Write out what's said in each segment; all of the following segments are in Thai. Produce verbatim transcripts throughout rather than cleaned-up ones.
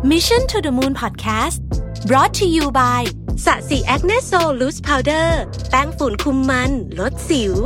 Mission to the Moon Podcast brought to you by สะสีแอคเนสโซลูสพาวเดอร์แป้งฝุ่นคุมมันลดสิว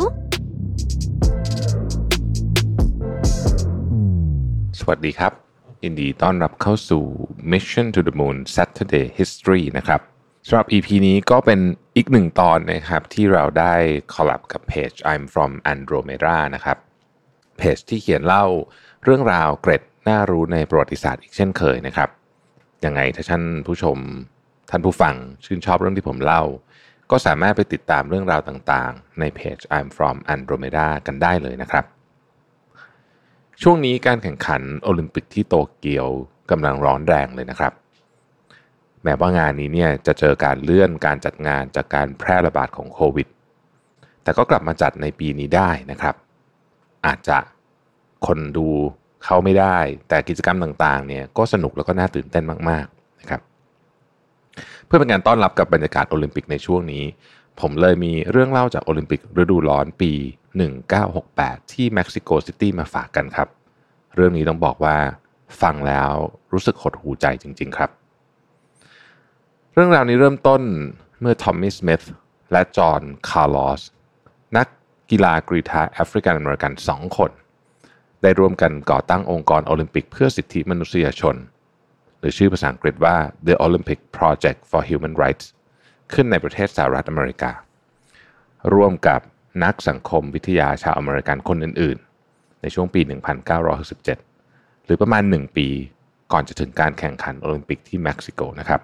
สวัสดีครับยินดีต้อนรับเข้าสู่ Mission to the Moon Saturday History นะครับสำหรับ อี พี นี้ก็เป็นอีกหนึ่งตอนนะครับที่เราได้คอลแลบกับเพจ I'm from Andromeda นะครับเพจที่เขียนเล่าเรื่องราวเกร็ดน่ารู้ในประวัติศาสตร์อีกเช่นเคยนะครับยังไงถ้าท่านผู้ชมท่านผู้ฟังชื่นชอบเรื่องที่ผมเล่าก็สามารถไปติดตามเรื่องราวต่างๆในเพจ I'm from Andromeda กันได้เลยนะครับช่วงนี้การแข่งขันโอลิมปิกที่โตเกียวกำลังร้อนแรงเลยนะครับแม้ว่างานนี้เนี่ยจะเจอการเลื่อนการจัดงานจากการแพร่ระบาดของโควิดแต่ก็กลับมาจัดในปีนี้ได้นะครับอาจจะคนดูเข้าไม่ได้แต่กิจกรรมต่างๆเนี่ยก็สนุกแล้วก็น่าตื่นเต้นมากๆนะครับเพื่อเป็นการต้อนรับกับบรรยากาศโอลิมปิกในช่วงนี้ผมเลยมีเรื่องเล่าจากโอลิมปิกฤดูร้อนปีหนึ่งเก้าหกแปดที่เม็กซิโกซิตี้มาฝากกันครับเรื่องนี้ต้องบอกว่าฟังแล้วรู้สึกหดหูใจจริงๆครับเรื่องราวนี้เริ่มต้นเมื่อทอมมี่สมิธและจอห์นคาร์ลอสนักกีฬากรีฑาแอฟริกันอเมริกันสองคนได้ร่วมกันก่อตั้งองค์กรโอลิมปิกเพื่อสิทธิมนุษยชนหรือชื่อภาษาอังกฤษว่า The Olympic Project for Human Rights ขึ้นในประเทศสหรัฐอเมริการ่วมกับนักสังคมวิทยาชาวอเมริกันคนอื่นๆในช่วงปีหนึ่งพันเก้าร้อยหกสิบเจ็ดหรือประมาณหนึ่งปีก่อนจะถึงการแข่งขันโอลิมปิกที่เม็กซิโกนะครับ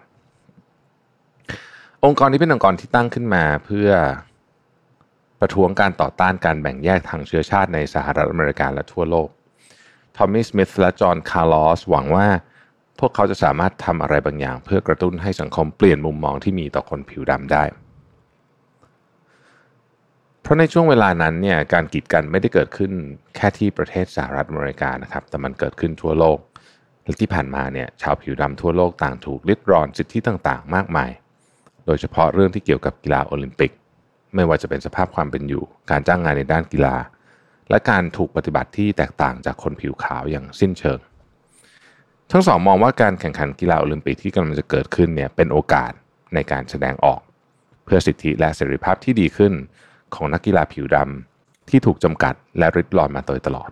องค์กรนี้เป็นองค์กรที่ตั้งขึ้นมาเพื่อประท้วงการต่อต้านการแบ่งแยกทางเชื้อชาติในสหรัฐอเมริกาและทั่วโลกทอมมี่สมิธและจอห์นคาร์ลอสหวังว่าพวกเขาจะสามารถทำอะไรบางอย่างเพื่อกระตุ้นให้สังคมเปลี่ยนมุมมองที่มีต่อคนผิวดำได้เพราะในช่วงเวลานั้นเนี่ยการกีดกันไม่ได้เกิดขึ้นแค่ที่ประเทศสหรัฐอเมริกานะครับแต่มันเกิดขึ้นทั่วโลกและที่ผ่านมาเนี่ยชาวผิวดำทั่วโลกต่างถูกริดรอนสิทธิต่างๆมากมายโดยเฉพาะเรื่องที่เกี่ยวกับกีฬาโอลิมปิกไม่ว่าจะเป็นสภาพความเป็นอยู่การจ้างงานในด้านกีฬาและการถูกปฏิบัติที่แตกต่างจากคนผิวขาวอย่างสิ้นเชิงทั้งสองมองว่าการแข่งขันกีฬาโอลิมปิกที่กำลังจะเกิดขึ้นเนี่ยเป็นโอกาสในการแสดงออกเพื่อสิทธิและเสรีภาพที่ดีขึ้นของนักกีฬาผิวดำที่ถูกจำกัดและริดรอนมาโดยตลอด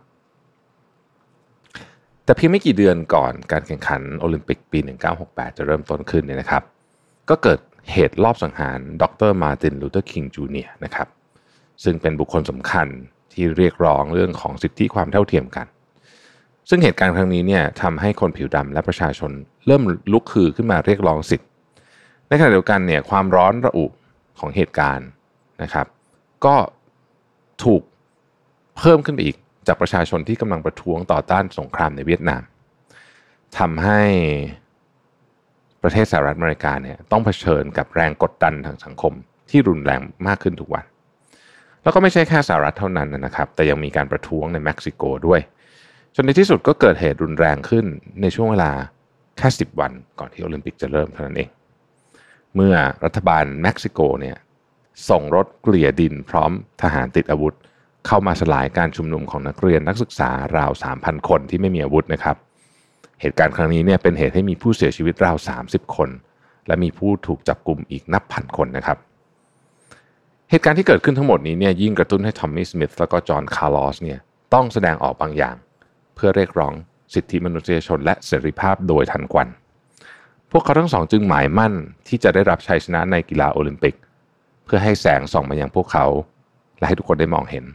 แต่เพียงไม่กี่เดือนก่อนการแข่งขันโอลิมปิกปีหนึ่งเก้าหกแปดจะเริ่มต้นขึ้นเนี่ยนะครับก็เกิดเหตุลอบสังหารดร.มาร์ติน ลูเทอร์ คิง จูเนียร์ นะครับซึ่งเป็นบุคคลสำคัญที่เรียกร้องเรื่องของสิทธิความเท่าเทียมกันซึ่งเหตุการณ์ครั้งนี้เนี่ยทำให้คนผิวดำและประชาชนเริ่มลุกฮือขึ้นมาเรียกร้องสิทธิ์ในขณะเดียวกันเนี่ยความร้อนระอุของเหตุการณ์นะครับก็ถูกเพิ่มขึ้นไปอีกจากประชาชนที่กำลังประท้วงต่อต้านสงครามในเวียดนามทำให้ประเทศสหรัฐอเมริกาเนี่ยต้องเผชิญกับแรงกดดันทางสังคมที่รุนแรงมากขึ้นทุกวันแล้วก็ไม่ใช่แค่สหรัฐเท่านั้นนะครับแต่ยังมีการประท้วงในเม็กซิโกด้วยจนในที่สุดก็เกิดเหตุรุนแรงขึ้นในช่วงเวลาแค่สิบวันก่อนที่โอลิมปิกจะเริ่มเท่านั้นเองเมื่อรัฐบาลเม็กซิโกเนี่ยส่งรถเกลี่ยดินพร้อมทหารติดอาวุธเข้ามาสลายการชุมนุมของนักเรียนนักศึกษาราว สามพัน คนที่ไม่มีอาวุธนะครับเหตุการณ์ครั้งนี้เนี่ยเป็นเหตุให้มีผู้เสียชีวิตราวสามสิบคนและมีผู้ถูกจับกุมอีกนับพันคนนะครับเหตุการณ์ที่เกิดขึ้นทั้งหมดนี้เนี่ยยิ่งกระตุ้นให้ทอมมี่สมิธและก็จอห์นคาร์ลอสเนี่ยต้องแสดงออกบางอย่างเพื่อเรียกร้องสิทธิมนุษยชนและเสรีภาพโดยทันควันพวกเขาทั้งสองจึงหมายมั่นที่จะได้รับชัยชนะในกีฬาโอลิมปิกเพื่อให้แสงส่องมายังพวกเขาและให้ทุกคนได้มองเห็น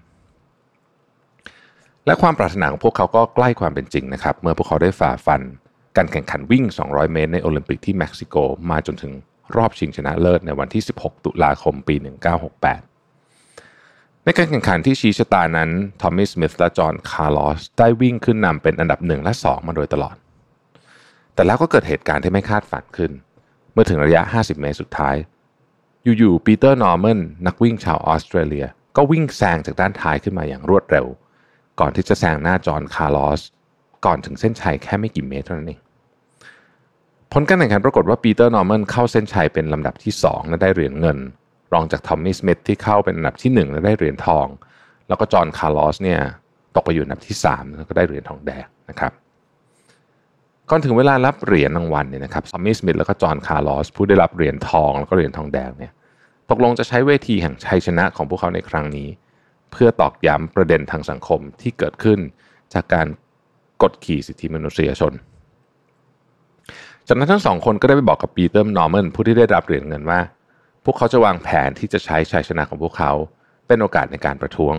และความปรารถนาของพวกเขาก็ใกล้ความเป็นจริงนะครับเมื่อพวกเขาได้ฝ่าฟันการแข่งขันวิ่งสองร้อยเมตรในโอลิมปิกที่เม็กซิโกมาจนถึงรอบชิงชนะเลิศในวันที่สิบหกตุลาคมปีหนึ่งเก้าหกแปดในการแข่งขันที่ชี้ชะตานั้นทอมมี่สมิธและจอห์นคาร์ลอสได้วิ่งขึ้นนำเป็นอันดับหนึ่งและสองมาโดยตลอดแต่แล้วก็เกิดเหตุการณ์ที่ไม่คาดฝันขึ้นเมื่อถึงระยะห้าสิบเมตรสุดท้ายอยู่ๆปีเตอร์นอร์แมนนักวิ่งชาวออสเตรเลียก็วิ่งแซงจากด้านท้ายขึ้นมาอย่างรวดเร็วก่อนที่จะแซงหน้าจอห์นคาร์ลอสก่อนถึงเส้นชัยแค่ไม่กี่เมตรเท่านั้นเองผลการแข่งขันปรากฏว่าปีเตอร์นอร์แมนเข้าเส้นชัยเป็นลำดับที่สองและได้เหรียญเงินรองจากทอมมี่สมิธที่เข้าเป็นอันดับที่หนึ่งและได้เหรียญทองแล้วก็จอห์นคาร์ลอสเนี่ยตกไปอยู่อันดับที่สามแล้วก็ได้เหรียญทองแดงนะครับก่อนถึงเวลารับเหรียญรางวัลเนี่ยนะครับทอมมี่สมิธแล้วก็จอห์นคาร์ลอสผู้ได้รับเหรียญทองแล้วก็เหรียญทองแดงเนี่ยตกลงจะใช้เวทีแห่งชัยชนะของพวกเขาในครั้งนี้เพื่อตอกย้ำประเด็นทางสังคมที่เกิดขึ้นจากการกดขี่สิทธิมนุษยชนจากนั้นทั้งสองคนก็ได้ไปบอกกับปีเตอร์นอร์แมนผู้ที่ได้รับเหรียญเงินว่าพวกเขาจะวางแผนที่จะใช้ชัยชนะของพวกเขาเป็นโอกาสในการประท้วง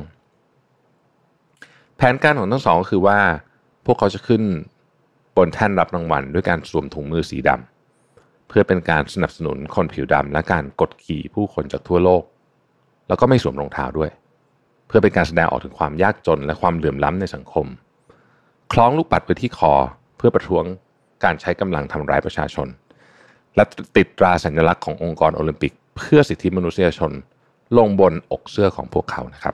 แผนการของทั้งสองก็คือว่าพวกเขาจะขึ้นบนแท่นรับรางวัลด้วยการสวมถุงมือสีดำเพื่อเป็นการสนับสนุนคนผิวดำและการกดขี่ผู้คนจากทั่วโลกแล้วก็ไม่สวมรองเท้าด้วยเพื่อเป็นการแสดงออกถึงความยากจนและความเหลื่อมล้ำในสังคมคล้องลูกปัดไว้ที่คอเพื่อประท้วงการใช้กำลังทำร้ายประชาชนและติดตราสัญลักษณ์ขององค์กรโอลิมปิกเพื่อสิทธิมนุษยชนลงบนอกเสื้อของพวกเขานะครับ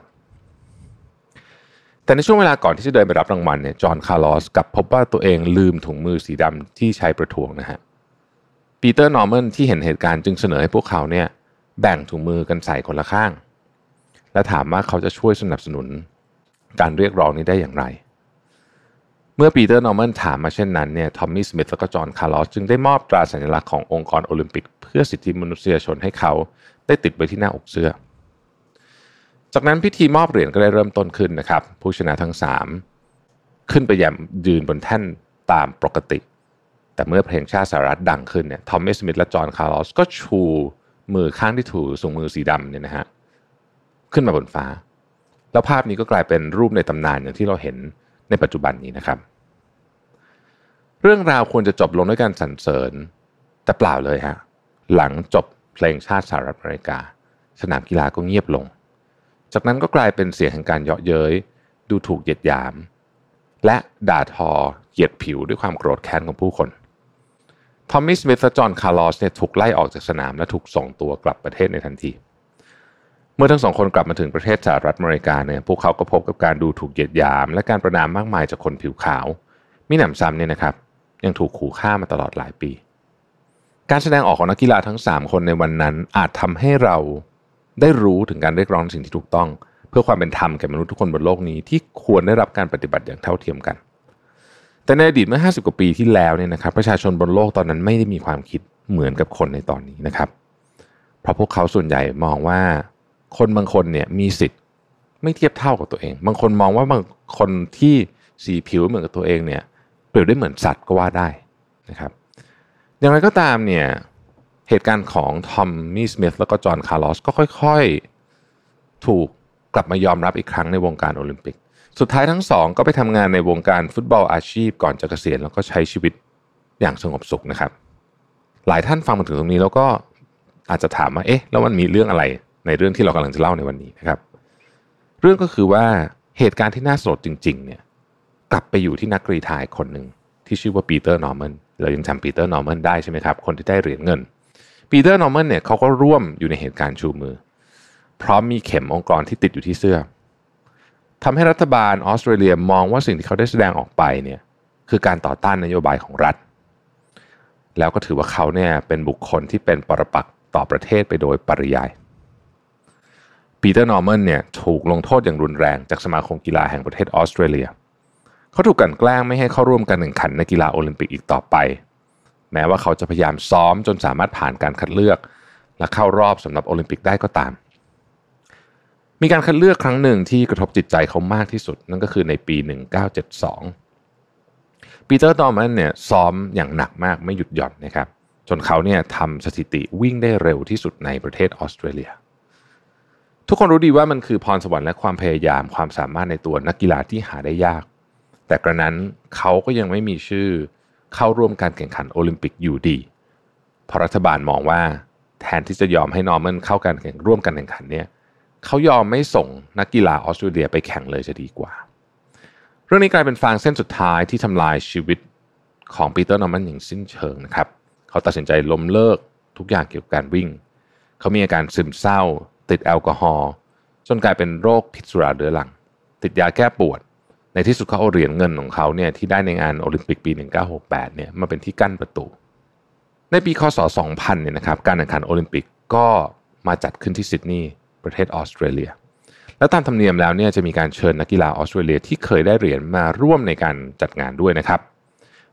แต่ในช่วงเวลาก่อนที่จะเดินไปรับรางวัลเนี่ยจอห์นคาร์ลอสกลับพบว่าตัวเองลืมถุงมือสีดำที่ใช้ประท้วงนะฮะปีเตอร์นอร์แมนที่เห็นเหตุการณ์จึงเสนอให้พวกเขาเนี่ยแบ่งถุงมือกันใส่คนละข้างและถามว่าเขาจะช่วยสนับสนุนการเรียกร้องนี้ได้อย่างไรเมื่อปีเตอร์นอร์แมนถามมาเช่นนั้นเนี่ยทอมมี่สมิธและก็จอห์นคาร์ลอสจึงได้มอบตราสัญลักษณ์ขององค์กรโอลิมปิกเพื่อสิทธิมนุษยชนให้เขาได้ติดไว้ที่หน้าอกเสื้อจากนั้นพิธีมอบเหรียญก็ได้เริ่มต้นขึ้นนะครับผู้ชนะทั้งสามขึ้นไปยืนบนแท่นตามปกติแต่เมื่อเพลงชาติสหรัฐดังขึ้นเนี่ยทอมมี่สมิธและจอห์นคาร์ลอสก็ชูมือข้างที่ถูถุงมือสีดำเนี่ยนะฮะขึ้นมาบนฟ้าแล้วภาพนี้ก็กลายเป็นรูปในตำนานอย่างที่เราเห็นในปัจจุบันนี้นะครับเรื่องราวควรจะจบลงด้วยการสรรเสริญแต่เปล่าเลยฮะหลังจบเพลงชาติสหรัฐอเมริกาสนามกีฬาก็เงียบลงจากนั้นก็กลายเป็นเสียงแห่งการเยาะเย้ยดูถูกเหยียดหยามและด่าทอเหยียดผิวด้วยความโกรธแค้นของผู้คนทอมมี่สมิธและจอห์นคาร์ลอสเนี่ยถูกไล่ออกจากสนามและถูกส่งตัวกลับประเทศในทันทีเมื่อทั้งสองคนกลับมาถึงประเทศสหรัฐอเมริกาเนี่ยพวกเขาก็พบกับการดูถูกเหยียดหยามและการประณามมากมายจากคนผิวขาวมิหนำซ้ำเนี่ยนะครับยังถูกขู่ฆ่ามาตลอดหลายปีการแสดงออกของนักกีฬาทั้งสามคนในวันนั้นอาจทำให้เราได้รู้ถึงการเรียกร้องสิ่งที่ถูกต้องเพื่อความเป็นธรรมแก่มนุษย์ทุกคนบนโลกนี้ที่ควรได้รับการปฏิบัติอย่างเท่าเทียมกันแต่ในอดีตเมื่อห้าสิบกว่าปีที่แล้วเนี่ยนะครับประชาชนบนโลกตอนนั้นไม่ได้มีความคิดเหมือนกับคนในตอนนี้นะครับเพราะพวกเขาส่วนใหญ่มองว่าคนบางคนเนี่ยมีสิทธิ์ไม่เทียบเท่ากับตัวเองบางคนมองว่าบางคนที่สีผิวเหมือนกับตัวเองเนี่ยเปรียบได้เหมือนสัตว์ก็ว่าได้นะครับอย่างไรก็ตามเนี่ยเหตุการณ์ของทอมมี่สมิธแล้วก็จอห์นคาร์ลอสก็ค่อยๆถูกกลับมายอมรับอีกครั้งในวงการโอลิมปิกสุดท้ายทั้งสองก็ไปทำงานในวงการฟุตบอลอาชีพก่อนจะเกษียณแล้วก็ใช้ชีวิตอย่างสงบสุขนะครับหลายท่านฟังมาถึงตรงนี้แล้วก็อาจจะถามว่าเอ๊ะแล้วมันมีเรื่องอะไรในเรื่องที่เรากำลังจะเล่าในวันนี้นะครับเรื่องก็คือว่าเหตุการณ์ที่น่าสลดจริงๆเนี่ยกลับไปอยู่ที่นักกรีฑาคนหนึ่งที่ชื่อว่าปีเตอร์นอร์แมนเรายังจำปีเตอร์นอร์แมนได้ใช่ไหมครับคนที่ได้เหรียญเงินปีเตอร์นอร์แมนเนี่ยเขาก็ร่วมอยู่ในเหตุการณ์ชูมือพร้อมมีเข็มองค์กรที่ติดอยู่ที่เสื้อทำให้รัฐบาลออสเตรเลียมองว่าสิ่งที่เขาได้แสดงออกไปเนี่ยคือการต่อต้านนโยบายของรัฐแล้วก็ถือว่าเขาเนี่ยเป็นบุคคลที่เป็นปรปักษ์ต่อประเทศไปโดยปริยายปีเตอร์นอร์แมนเนี่ยถูกลงโทษอย่างรุนแรงจากสมาคมกีฬาแห่งประเทศออสเตรเลียเขาถูกกลั่นแกล้งไม่ให้เข้าร่วมการแข่งขันในกีฬาโอลิมปิกอีกต่อไปแม้ว่าเขาจะพยายามซ้อมจนสามารถผ่านการคัดเลือกและเข้ารอบสำหรับโอลิมปิกได้ก็ตามมีการคัดเลือกครั้งหนึ่งที่กระทบจิตใจเขามากที่สุดนั่นก็คือในปีหนึ่งพันเก้าร้อยเจ็ดสิบสองปีเตอร์นอร์แมนเนี่ยซ้อมอย่างหนักมากไม่หยุดหย่อนนะครับจนเขาเนี่ยทำสถิติวิ่งได้เร็วที่สุดในประเทศออสเตรเลียทุกคนรู้ดีว่ามันคือพรสวรรค์และความพยายามความสามารถในตัวนักกีฬาที่หาได้ยากแต่กระนั้นเขาก็ยังไม่มีชื่อเข้าร่วมการแข่งขันโอลิมปิกอยู่ดีเพราะรัฐบาลมองว่าแทนที่จะยอมให้นอร์แมนเข้าการแข่งร่วมการแข่งขันเนี่ยเขายอมไม่ส่งนักกีฬาออสเตรเลียไปแข่งเลยจะดีกว่าเรื่องนี้กลายเป็นฟางเส้นสุดท้ายที่ทำลายชีวิตของปีเตอร์นอร์แมนอย่างสิ้นเชิงนะครับเขาตัดสินใจล้มเลิกทุกอย่างเกี่ยวกับการวิ่งเขามีอาการซึมเศร้าติดแอลกอฮอล์จนกลายเป็นโรคพิษสุราเรื้อรังติดยาแก้ปวดในที่สุดเขาเอาเหรียญเงินของเขาเนี่ยที่ได้ในงานโอลิมปิกปีหนึ่งพันเก้าร้อยหกสิบแปดเนี่ยมาเป็นที่กั้นประตูในปีคศสองพันเนี่ยนะครับการแข่งขันโอลิมปิกก็มาจัดขึ้นที่ซิดนีย์ประเทศออสเตรเลียและตามธรรมเนียมแล้วเนี่ยจะมีการเชิญนักกีฬาออสเตรเลียที่เคยได้เหรียญมาร่วมในการจัดงานด้วยนะครับ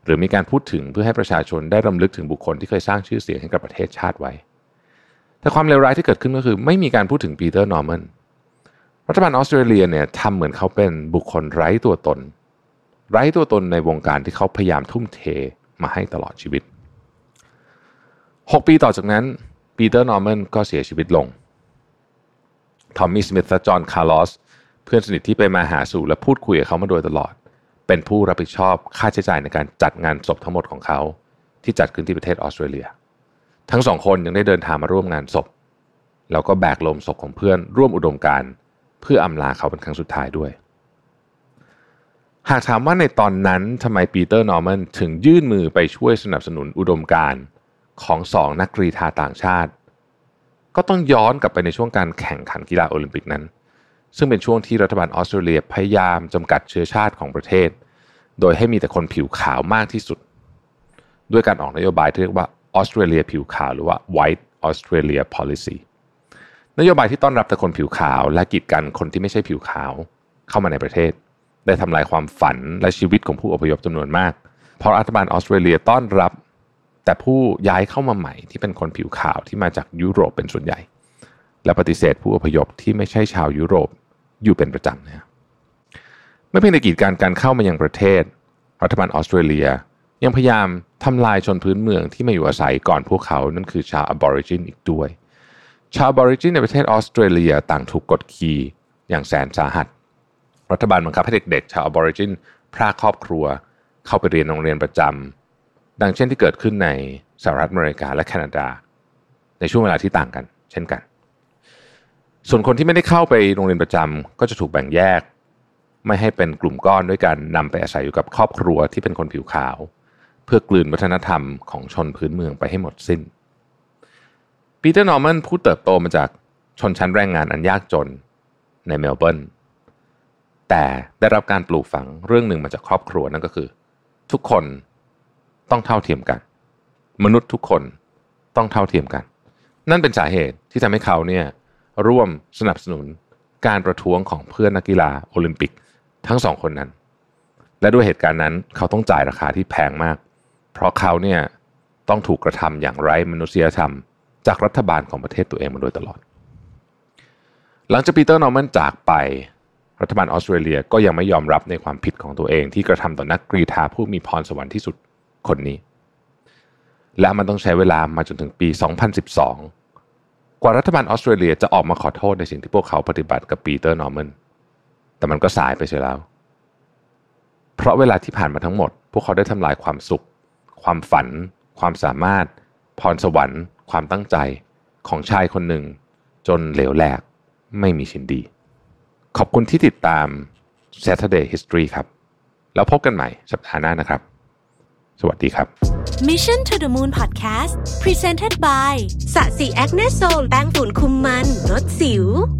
หรือมีการพูดถึงเพื่อให้ประชาชนได้รำลึกถึงบุคคลที่เคยสร้างชื่อเสียงให้กับประเทศชาติไว้แต่ความเลวร้ายที่เกิดขึ้นก็คือไม่มีการพูดถึงปีเตอร์นอร์แมนรัฐบาลออสเตรเลียเนี่ยทำเหมือนเขาเป็นบุคคลไร้ตัวตนไร้ตัวตนในวงการที่เขาพยายามทุ่มเทมาให้ตลอดชีวิตหกปีต่อจากนั้นปีเตอร์นอร์แมนก็เสียชีวิตลงทอมมี่สมิธและจอห์นคาร์ลอสเพื่อนสนิทที่ไปมาหาสู่และพูดคุยกับเขามาโดยตลอดเป็นผู้รับผิดชอบค่าใช้จ่ายในการจัดงานศพทั้งหมดของเขาที่จัดขึ้นที่ประเทศออสเตรเลียทั้งสองคนยังได้เดินทางมาร่วมงานศพแล้วก็แบกโลงศพของเพื่อนร่วมอุดมการณ์เพื่ออำลาเขาเป็นครั้งสุดท้ายด้วยหากถามว่าในตอนนั้นทำไมปีเตอร์นอร์แมนถึงยื่นมือไปช่วยสนับสนุนอุดมการณ์ของสองนักกรีฑาต่างชาติก็ต้องย้อนกลับไปในช่วงการแข่งขันกีฬาโอลิมปิกนั้นซึ่งเป็นช่วงที่รัฐบาลออสเตรเลียพยายามจำกัดเชื้อชาติของประเทศโดยให้มีแต่คนผิวขาวมากที่สุดด้วยการออกนโยบายที่เรียกว่าออสเตรเลียผิวขาวหรือว่า White Australia Policy นโยบายที่ต้อนรับแต่คนผิวขาวและกีดกันคนที่ไม่ใช่ผิวขาวเข้ามาในประเทศได้ทำลายความฝันและชีวิตของผู้อพยพจำนวนมากเพราะรัฐบาลออสเตรเลียต้อนรับแต่ผู้ย้ายเข้ามาใหม่ที่เป็นคนผิวขาวที่มาจากยุโรปเป็นส่วนใหญ่และปฏิเสธผู้อพยพที่ไม่ใช่ชาวยุโรปอยู่เป็นประจำนะไม่เพียงแต่กีดกันการเข้ามายังประเทศรัฐบาลออสเตรเลียยังพยายามทำลายชนพื้นเมืองที่มาอยู่อาศัยก่อนพวกเขานั่นคือชาวอบอริจินอีกด้วยชาวอบอริจินในประเทศออสเตรเลียต่างถูกกดขี่อย่างแสนสาหัสรัฐบาลบังคับให้เด็กๆชาวอบอริจินพรากครอบครัวเข้าไปเรียนโรงเรียนประจำดังเช่นที่เกิดขึ้นในสหรัฐอเมริกาและแคนาดาในช่วงเวลาที่ต่างกันเช่นกันส่วนคนที่ไม่ได้เข้าไปโรงเรียนประจำก็จะถูกแบ่งแยกไม่ให้เป็นกลุ่มก้อนด้วยกันนำไปอาศัยอยู่กับครอบครัวที่เป็นคนผิวขาวเพื่อกลืนวัฒนธรรมของชนพื้นเมืองไปให้หมดสิ้นปีเตอร์นอร์แมนผู้เติบโตมาจากชนชั้นแรงงานอันยากจนในเมลเบิร์นแต่ได้รับการปลูกฝังเรื่องหนึ่งมาจากครอบครัวนั่นก็คือทุกคนต้องเท่าเทียมกันมนุษย์ทุกคนต้องเท่าเทียมกันนั่นเป็นสาเหตุที่ทำให้เขาเนี่ยร่วมสนับสนุนการประท้วงของเพื่อนนักกีฬาโอลิมปิกทั้งสองคนนั้นและด้วยเหตุการณ์นั้นเขาต้องจ่ายราคาที่แพงมากเพราะเขาเนี่ยต้องถูกกระทำอย่างไร้มนุษยธรรมจากรัฐบาลของประเทศตัวเองมาโดยตลอดหลังจากปีเตอร์นอร์แมนจากไปรัฐบาลออสเตรเลียก็ยังไม่ยอมรับในความผิดของตัวเองที่กระทำต่อนักกรีฑาผู้มีพรสวรรค์ที่สุดคนนี้และมันต้องใช้เวลามาจนถึงปีสองพันสิบสองกว่ารัฐบาลออสเตรเลียจะออกมาขอโทษในสิ่งที่พวกเขาปฏิบัติกับปีเตอร์นอร์แมนแต่มันก็สายไปเสียแล้วเพราะเวลาที่ผ่านมาทั้งหมดพวกเขาได้ทำลายความสุขความฝันความสามารถพรสวรรค์ความตั้งใจของชายคนหนึ่งจนเหลวแหลกไม่มีชิ้นดีขอบคุณที่ติดตาม Saturday History ครับแล้วพบกันใหม่สัปดาห์หน้านะครับสวัสดีครับ Mission to the Moon Podcast Presented by สะสีแอคเนสโซลแป้งฝุ่นคุมมันลดสิว